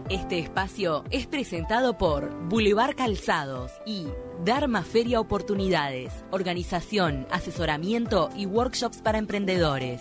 Este espacio es presentado por Boulevard Calzados y Dharma Feria Oportunidades, organización, asesoramiento y workshops para emprendedores.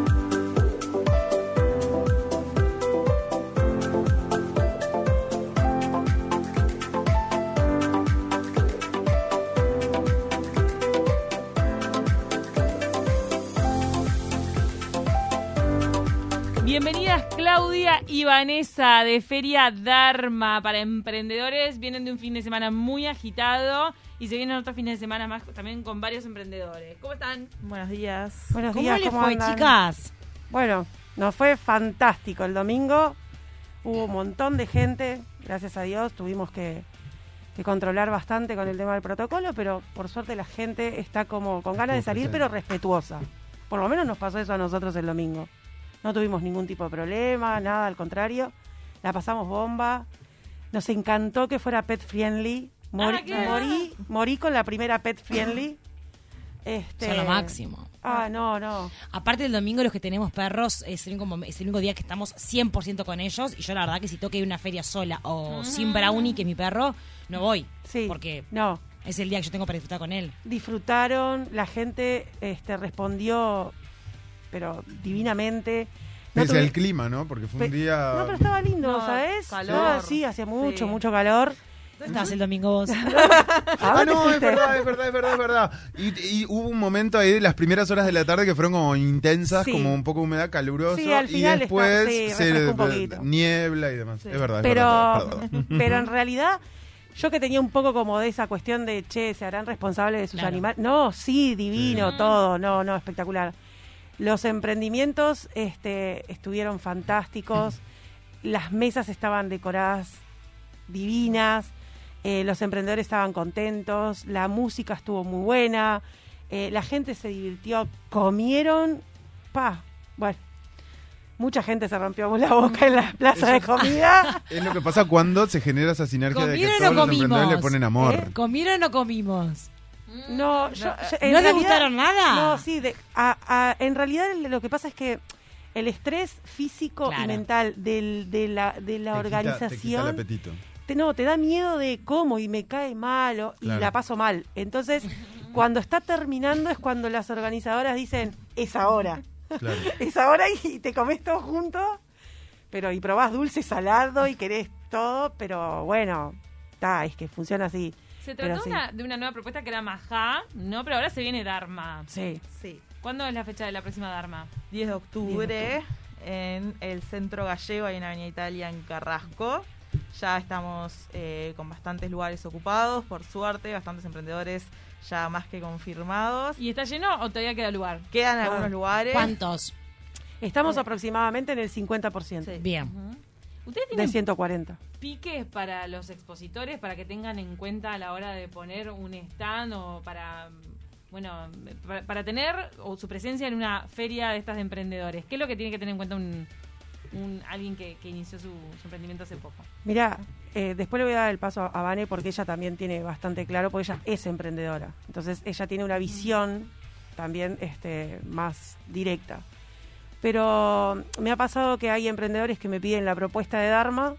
Bienvenidas Claudia y Vanessa de Feria Dharma para emprendedores. Vienen de un fin de semana muy agitado y se vienen otros fines de semana más también con varios emprendedores. ¿Cómo están? Buenos días. Buenos días, ¿Cómo les fue, chicas? Bueno, nos fue fantástico el domingo. Hubo un montón de gente, gracias a Dios. Tuvimos que controlar bastante con el tema del protocolo, pero por suerte la gente está como con ganas de salir, pero respetuosa. Por lo menos nos pasó eso a nosotros el domingo. No tuvimos ningún tipo de problema, nada, al contrario. La pasamos bomba. Nos encantó que fuera pet friendly. Morí con la primera pet friendly. Son lo máximo. No. Aparte del domingo, los que tenemos perros, es el único día que estamos 100% con ellos. Y yo la verdad que si tengo que ir a una feria sola o sin Brownie, que es mi perro, no voy. Sí, porque no. Es el día que yo tengo para disfrutar con él. Disfrutaron, la gente respondió, pero divinamente. Pese al clima, ¿no? Porque fue un día... No, pero estaba lindo, ¿sabes? Calor. Sí, hacía mucho calor. ¿Dónde estabas el domingo vos? No, es verdad. Y hubo un momento ahí de las primeras horas de la tarde que fueron como intensas, Sí. como un poco humedad, caluroso, Sí, al y final después refrescó un poquito. niebla y demás. Sí. Es verdad, Pero en realidad, yo que tenía un poco como de esa cuestión de, se harán responsables de sus animales. No, sí, divino, todo. No, espectacular. Los emprendimientos estuvieron fantásticos. Las mesas estaban decoradas divinas. Los emprendedores estaban contentos. La música estuvo muy buena. La gente se divirtió. Comieron. Bueno, mucha gente se rompió la boca en la plaza de comida. Es lo que pasa cuando se genera esa sinergia de que ¿Comieron todos o los comimos? emprendedores le ponen amor. ¿Comieron o comimos? No, ¿No les gustaron nada? No, sí. En realidad lo que pasa es que el estrés físico y mental de la organización... Te quita el apetito. Te da miedo de cómo y me cae mal y Claro. la paso mal. Entonces, cuando está terminando es cuando las organizadoras dicen, es ahora. Claro. Es ahora y te comes todo junto, y probás dulce, salado y querés todo, pero bueno, es que funciona así. Se trató de una nueva propuesta que era Majá, ¿no? Pero ahora se viene Dharma. Sí. ¿Cuándo es la fecha de la próxima Dharma? 10 de octubre en el Centro Gallego, ahí en Avenida Italia, en Carrasco. Ya estamos con bastantes lugares ocupados, por suerte, bastantes emprendedores ya más que confirmados. ¿Y está lleno o todavía queda lugar? Quedan algunos lugares. ¿Cuántos? Estamos aproximadamente en el 50%. Sí. Bien. ¿Ustedes De tienen 140. piques para los expositores para que tengan en cuenta a la hora de poner un stand o para tener su presencia en una feria de estas de emprendedores? ¿Qué es lo que tiene que tener en cuenta alguien que inició su emprendimiento hace poco? Mirá, después le voy a dar el paso a Vane porque ella también tiene bastante claro, porque ella es emprendedora. Entonces ella tiene una visión también más directa. Pero me ha pasado que hay emprendedores que me piden la propuesta de Dharma,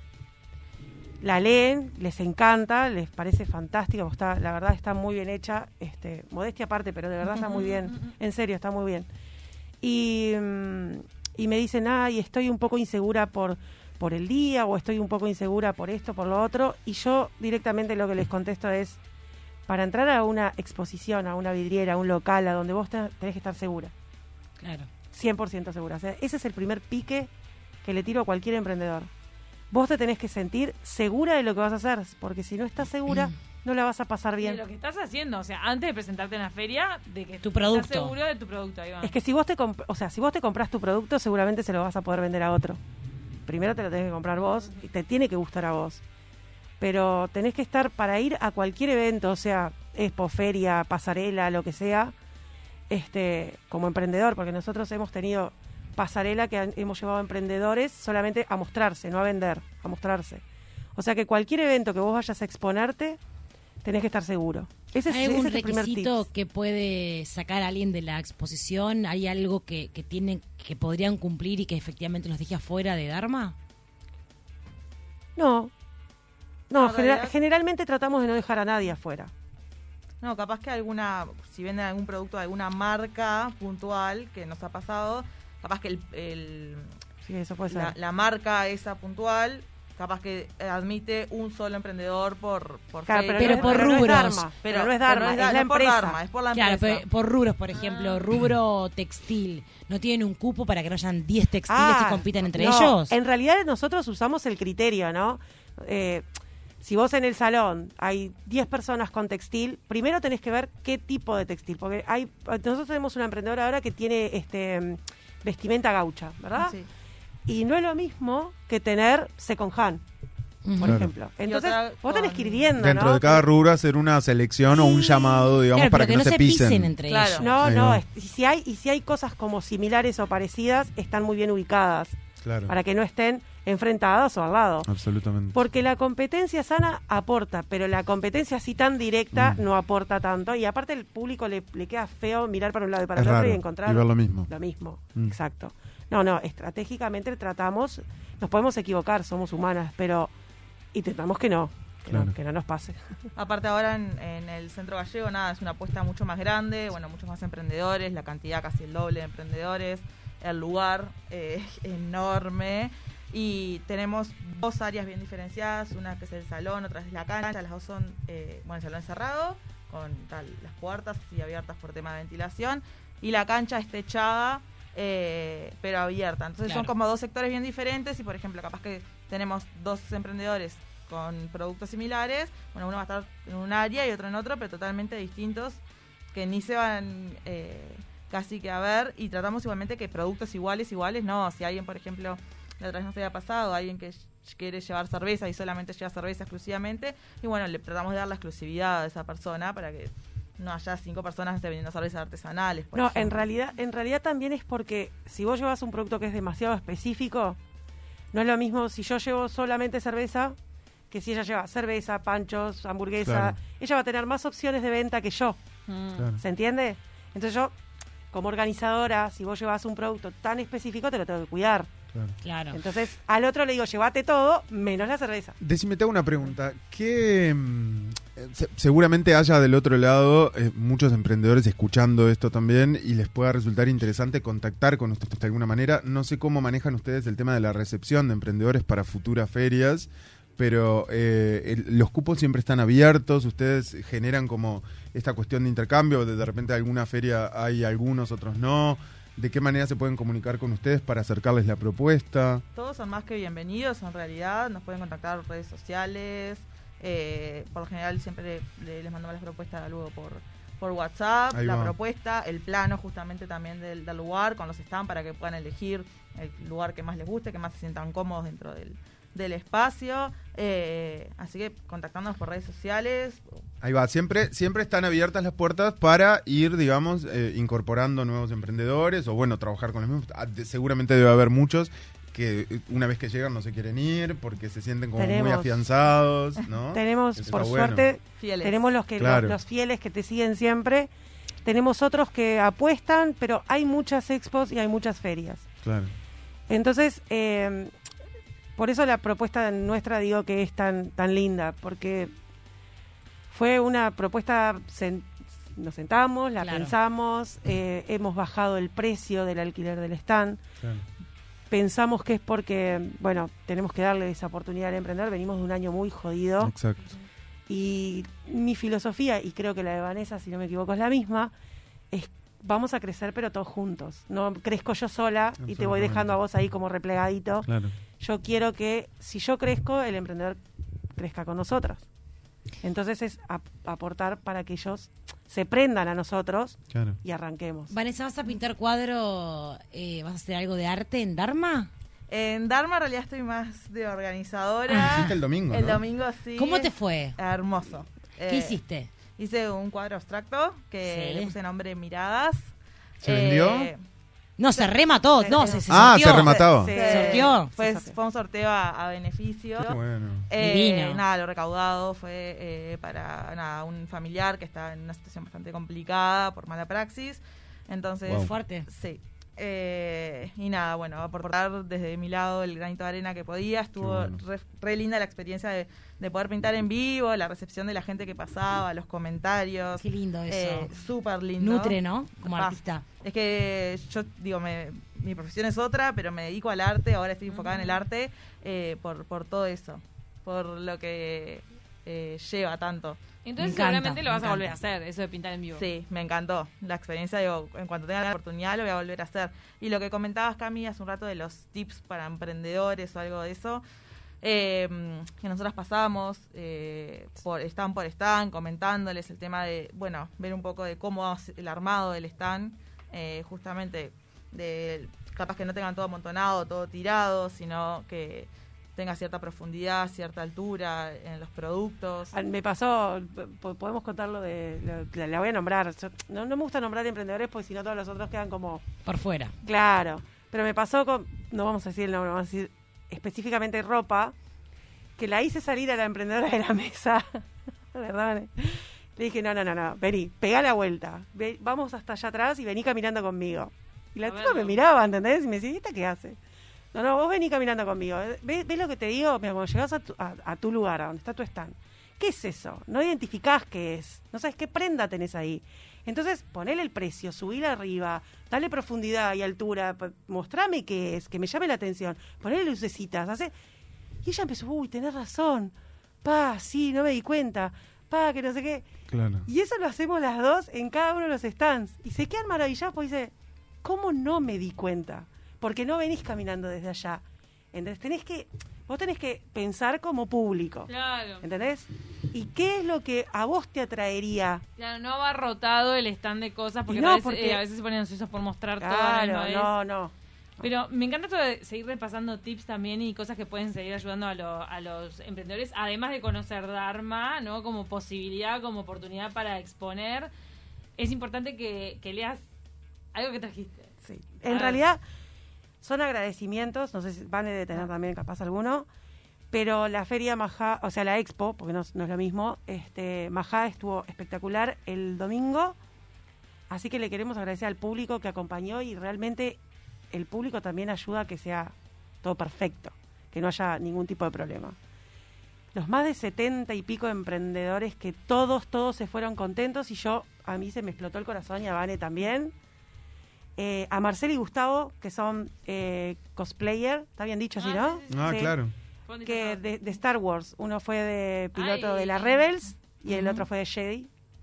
la leen, les encanta, les parece fantástica, la verdad está muy bien hecha, modestia aparte, pero de verdad está muy bien, en serio, está muy bien. Y me dicen, y estoy un poco insegura por el día, o estoy un poco insegura por esto, por lo otro, y yo directamente lo que les contesto es, para entrar a una exposición, a una vidriera, a un local, a donde vos tenés que estar segura. Claro. 100% segura. O sea, ese es el primer pique que le tiro a cualquier emprendedor. Vos te tenés que sentir segura de lo que vas a hacer, porque si no estás segura, no la vas a pasar bien. De lo que estás haciendo, o sea, antes de presentarte en la feria, de que Tu producto. estás seguro de tu producto. Ahí va. Es que si vos te compras tu producto, seguramente se lo vas a poder vender a otro. Primero te lo tenés que comprar vos y te tiene que gustar a vos. Pero tenés que estar para ir a cualquier evento, o sea, expo, feria, pasarela, lo que sea, como emprendedor, porque nosotros hemos tenido pasarela que hemos llevado a emprendedores solamente a mostrarse, no a vender, a mostrarse. O sea que cualquier evento que vos vayas a exponerte, tenés que estar seguro. ¿Hay algún el primer requisito tip. que puede sacar a alguien de la exposición? ¿Hay algo que podrían cumplir y que efectivamente los deje afuera de Dharma? No, en realidad- generalmente tratamos de no dejar a nadie afuera. No, capaz que si venden algún producto de alguna marca puntual que nos ha pasado, capaz que Sí, eso puede ser. la marca esa puntual, capaz que admite un solo emprendedor por Claro, feria. pero por no es rubros. Dharma, pero no es Dharma, es la no por empresa. Dharma, es por la Claro, empresa. pero por rubros, por ejemplo, rubro textil, ¿no tienen un cupo para que no hayan 10 textiles y compitan entre no, ellos? En realidad nosotros usamos el criterio, ¿no? Si vos en el salón hay 10 personas con textil, primero tenés que ver qué tipo de textil, porque nosotros tenemos una emprendedora ahora que tiene vestimenta gaucha, ¿verdad? Sí. Y no es lo mismo que tener second hand, por Ujú. Claro. ejemplo. Entonces, otra vos tenés con- que ir viendo, Dentro ¿no? de cada rubro hacer una selección o un llamado, digamos, Claro, para pero que no se pisen. entre Claro. ellos. No, Ahí no, va. si hay cosas como similares o parecidas, están muy bien ubicadas, Claro, para que no estén enfrentadas o al lado. absolutamente. Porque la competencia sana aporta, pero la competencia así tan directa no aporta tanto. Y aparte el público le queda feo mirar para un lado y para Es el otro raro, y encontrar y ver lo mismo. Lo mismo, Mm. exacto. No, estratégicamente tratamos, nos podemos equivocar, somos humanas, pero intentamos que no nos pase. Aparte ahora en el Centro Gallego, nada, es una apuesta mucho más grande, bueno, muchos más emprendedores, la cantidad casi el doble de emprendedores, el lugar enorme y tenemos 2 áreas bien diferenciadas, una que es el salón, otra es la cancha, las dos son, el salón cerrado, con las puertas y abiertas por tema de ventilación, y la cancha es techada, pero abierta. Entonces Claro. son como 2 sectores bien diferentes y, por ejemplo, capaz que tenemos 2 emprendedores con productos similares, bueno, uno va a estar en un área y otro en otro, pero totalmente distintos, que ni se van casi que a ver, y tratamos igualmente que productos iguales, no, si alguien, por ejemplo, la otra vez nos había pasado, alguien que quiere llevar cerveza y solamente lleva cerveza exclusivamente, y bueno, le tratamos de dar la exclusividad a esa persona para que no haya 5 personas vendiendo cervezas artesanales, por No, ejemplo. en realidad también es porque si vos llevas un producto que es demasiado específico, no es lo mismo si yo llevo solamente cerveza que si ella lleva cerveza, panchos, hamburguesa. Claro. Ella va a tener más opciones de venta que yo. Claro. ¿Se entiende? Entonces yo, como organizadora, si vos llevas un producto tan específico, te lo tengo que cuidar. Claro. Claro. Entonces al otro le digo, llévate todo, menos la cerveza. Decime, te hago una pregunta. ¿Qué seguramente haya del otro lado muchos emprendedores escuchando esto también y les pueda resultar interesante contactar con ustedes de alguna manera? No sé cómo manejan ustedes el tema de la recepción de emprendedores para futuras ferias, pero los cupos siempre están abiertos. Ustedes generan como esta cuestión de intercambio, de repente alguna feria hay algunos, otros no. ¿De qué manera se pueden comunicar con ustedes para acercarles la propuesta? Todos son más que bienvenidos, en realidad. Nos pueden contactar por redes sociales. Por lo general siempre les mandamos las propuestas luego por WhatsApp. Ahí La va. propuesta, el plano justamente también del lugar, con los stands para que puedan elegir el lugar que más les guste, que más se sientan cómodos dentro del espacio. Así que contactándonos por redes sociales. Ahí va, siempre están abiertas las puertas para ir, digamos, incorporando nuevos emprendedores o, bueno, trabajar con los mismos. Seguramente debe haber muchos que una vez que llegan no se quieren ir porque se sienten como muy Tenemos- afianzados, ¿no? Tenemos, Eso por está bueno. suerte, Fieles. tenemos Claro. los fieles que te siguen siempre. Tenemos otros que apuestan, pero hay muchas expos y hay muchas ferias. Claro. Entonces, por eso la propuesta nuestra digo que es tan linda, porque fue una propuesta, nos sentamos, la Claro. pensamos, hemos bajado el precio del alquiler del stand, Claro. pensamos que es porque, bueno, tenemos que darle esa oportunidad al emprendedor, venimos de un año muy jodido, Exacto. y mi filosofía, y creo que la de Vanessa, si no me equivoco, es la misma, es vamos a crecer pero todos juntos, no crezco yo sola y te voy dejando a vos ahí como replegadito. Claro. Yo quiero que si yo crezco, el emprendedor crezca con nosotros. Entonces es aportar para que ellos se prendan a nosotros Claro. y arranquemos. Vanessa, ¿vas a pintar cuadro? ¿Vas a hacer algo de arte en Dharma? En Dharma en realidad estoy más de organizadora. Hiciste el domingo, El ¿no? domingo sí. ¿Cómo te fue? Hermoso. ¿Qué hiciste? Hice un cuadro abstracto que Sí. le puse nombre Miradas. ¿Se vendió? No, se remató. No, se Ah, sorteó. se remató. ¿Se sorteó? Fue Se sorteó. un sorteo a beneficio. Qué bueno. Divino. Nada, lo recaudado fue para un familiar que está en una situación bastante complicada por mala praxis. Entonces, Wow. Fuerte. sí. Y nada, bueno, aportar desde mi lado el granito de arena que podía. Estuvo Qué bueno. re linda la experiencia de poder pintar en vivo, la recepción de la gente que pasaba, los comentarios. Qué lindo eso. Súper lindo. Nutre, ¿no? Como Pa. artista. Es que yo digo, mi profesión es otra, pero me dedico al arte, ahora estoy enfocada en el arte por todo eso, por lo que lleva tanto. Entonces Me encanta, seguramente lo vas me a volver a encanta. hacer, eso de pintar en vivo. Sí, me encantó la experiencia, digo, en cuanto tenga la oportunidad lo voy a volver a hacer. Y lo que comentabas, Cami, hace un rato de los tips para emprendedores o algo de eso, que nosotras pasamos stand por stand, comentándoles el tema de, bueno, ver un poco de cómo hace el armado del stand, justamente capaz que no tengan todo amontonado, todo tirado, sino que tenga cierta profundidad, cierta altura en los productos. Me pasó, podemos contarlo la voy a nombrar. No me gusta nombrar emprendedores porque si no todos los otros quedan como... Por fuera. Claro, pero me pasó no vamos a decir el nombre, vamos a decir específicamente ropa, que la hice salir a la emprendedora de la mesa, ¿verdad, Vane? Le dije, no, vení, pegá la vuelta, vamos hasta allá atrás y vení caminando conmigo. Y la tipa me miraba, ¿entendés? Y me decía, ¿esta qué hace? No, vos vení caminando conmigo. ¿Ves lo que te digo? Mira, cuando llegás a tu lugar, a donde está tu stand, ¿qué es eso? No identificás qué es. No sabes qué prenda tenés ahí. Entonces, ponele el precio, subíla arriba, dale profundidad y altura, mostrame qué es, que me llame la atención, ponele lucecitas, Y ella empezó, tenés razón. Sí, no me di cuenta. Que no sé qué. Claro. Y eso lo hacemos las dos en cada uno de los stands. Y se quedan maravillados porque dice, ¿cómo no me di cuenta? Porque no venís caminando desde allá. Entonces vos tenés que pensar como público. Claro. ¿Entendés? ¿Y qué es lo que a vos te atraería? Claro, no va rotado el stand de cosas porque, No, a veces se ponen ansiosos por mostrar todo a la misma vez. No. Pero me encanta esto de seguir repasando tips también y cosas que pueden seguir ayudando a los emprendedores, además de conocer Dharma, ¿no? Como posibilidad, como oportunidad para exponer. Es importante que leas algo que trajiste. Sí. En realidad son agradecimientos, no sé si van a tener también capaz alguno, pero la feria Majá, o sea, la expo, porque no es lo mismo, Majá estuvo espectacular el domingo, así que le queremos agradecer al público que acompañó y realmente el público también ayuda a que sea todo perfecto, que no haya ningún tipo de problema. Los más de 70 y pico emprendedores que todos se fueron contentos y a mí se me explotó el corazón y a Vane también. A Marcel y Gustavo, que son cosplayer, está bien dicho así, ¿no? Ah, Sí. claro. Que de Star Wars. Uno fue de piloto Ay. de la Rebels y el otro fue de Jedi.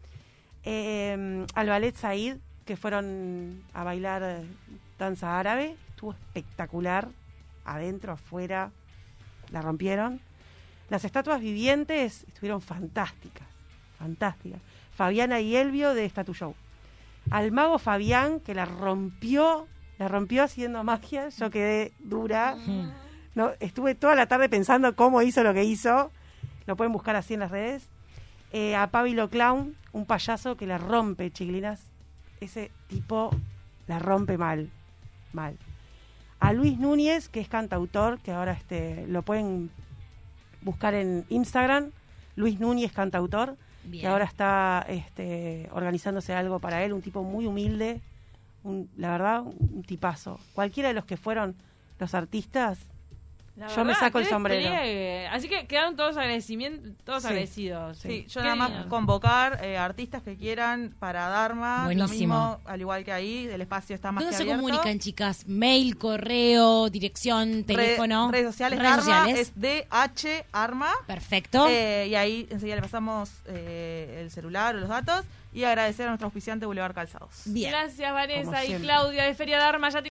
Al Ballet Said, que fueron a bailar danza árabe. Estuvo espectacular. Adentro, afuera. La rompieron. Las estatuas vivientes estuvieron fantásticas. Fantásticas. Fabiana y Elvio de Statu Show. Al mago Fabián, que la rompió haciendo magia. Yo quedé dura. No, estuve toda la tarde pensando cómo hizo lo que hizo. Lo pueden buscar así en las redes. A Pablo Clown, un payaso que la rompe, chiquilinas. Ese tipo la rompe mal. A Luis Núñez, que es cantautor, que ahora lo pueden buscar en Instagram. Luis Núñez, cantautor. Bien. Que ahora está organizándose algo para él, un tipo muy humilde, la verdad, un tipazo. Cualquiera de los que fueron los artistas, La yo me verdad, saco el qué sombrero. despliegue. Así que quedaron todos Sí. agradecidos. Sí, yo Qué nada más bien. convocar artistas que quieran para Dharma. Buenísimo. Lo mismo, al igual que ahí, el espacio está más ¿Dónde que se abierto. comunican, chicas? Mail, correo, dirección, teléfono. Redes sociales, Redes Dharma sociales. es DH Arma. Perfecto. Y ahí enseguida le pasamos el celular o los datos. Y agradecer a nuestro auspiciante Boulevard Calzados. Bien. Gracias, Vanessa Como y siempre. Claudia de Feria Dharma. Ya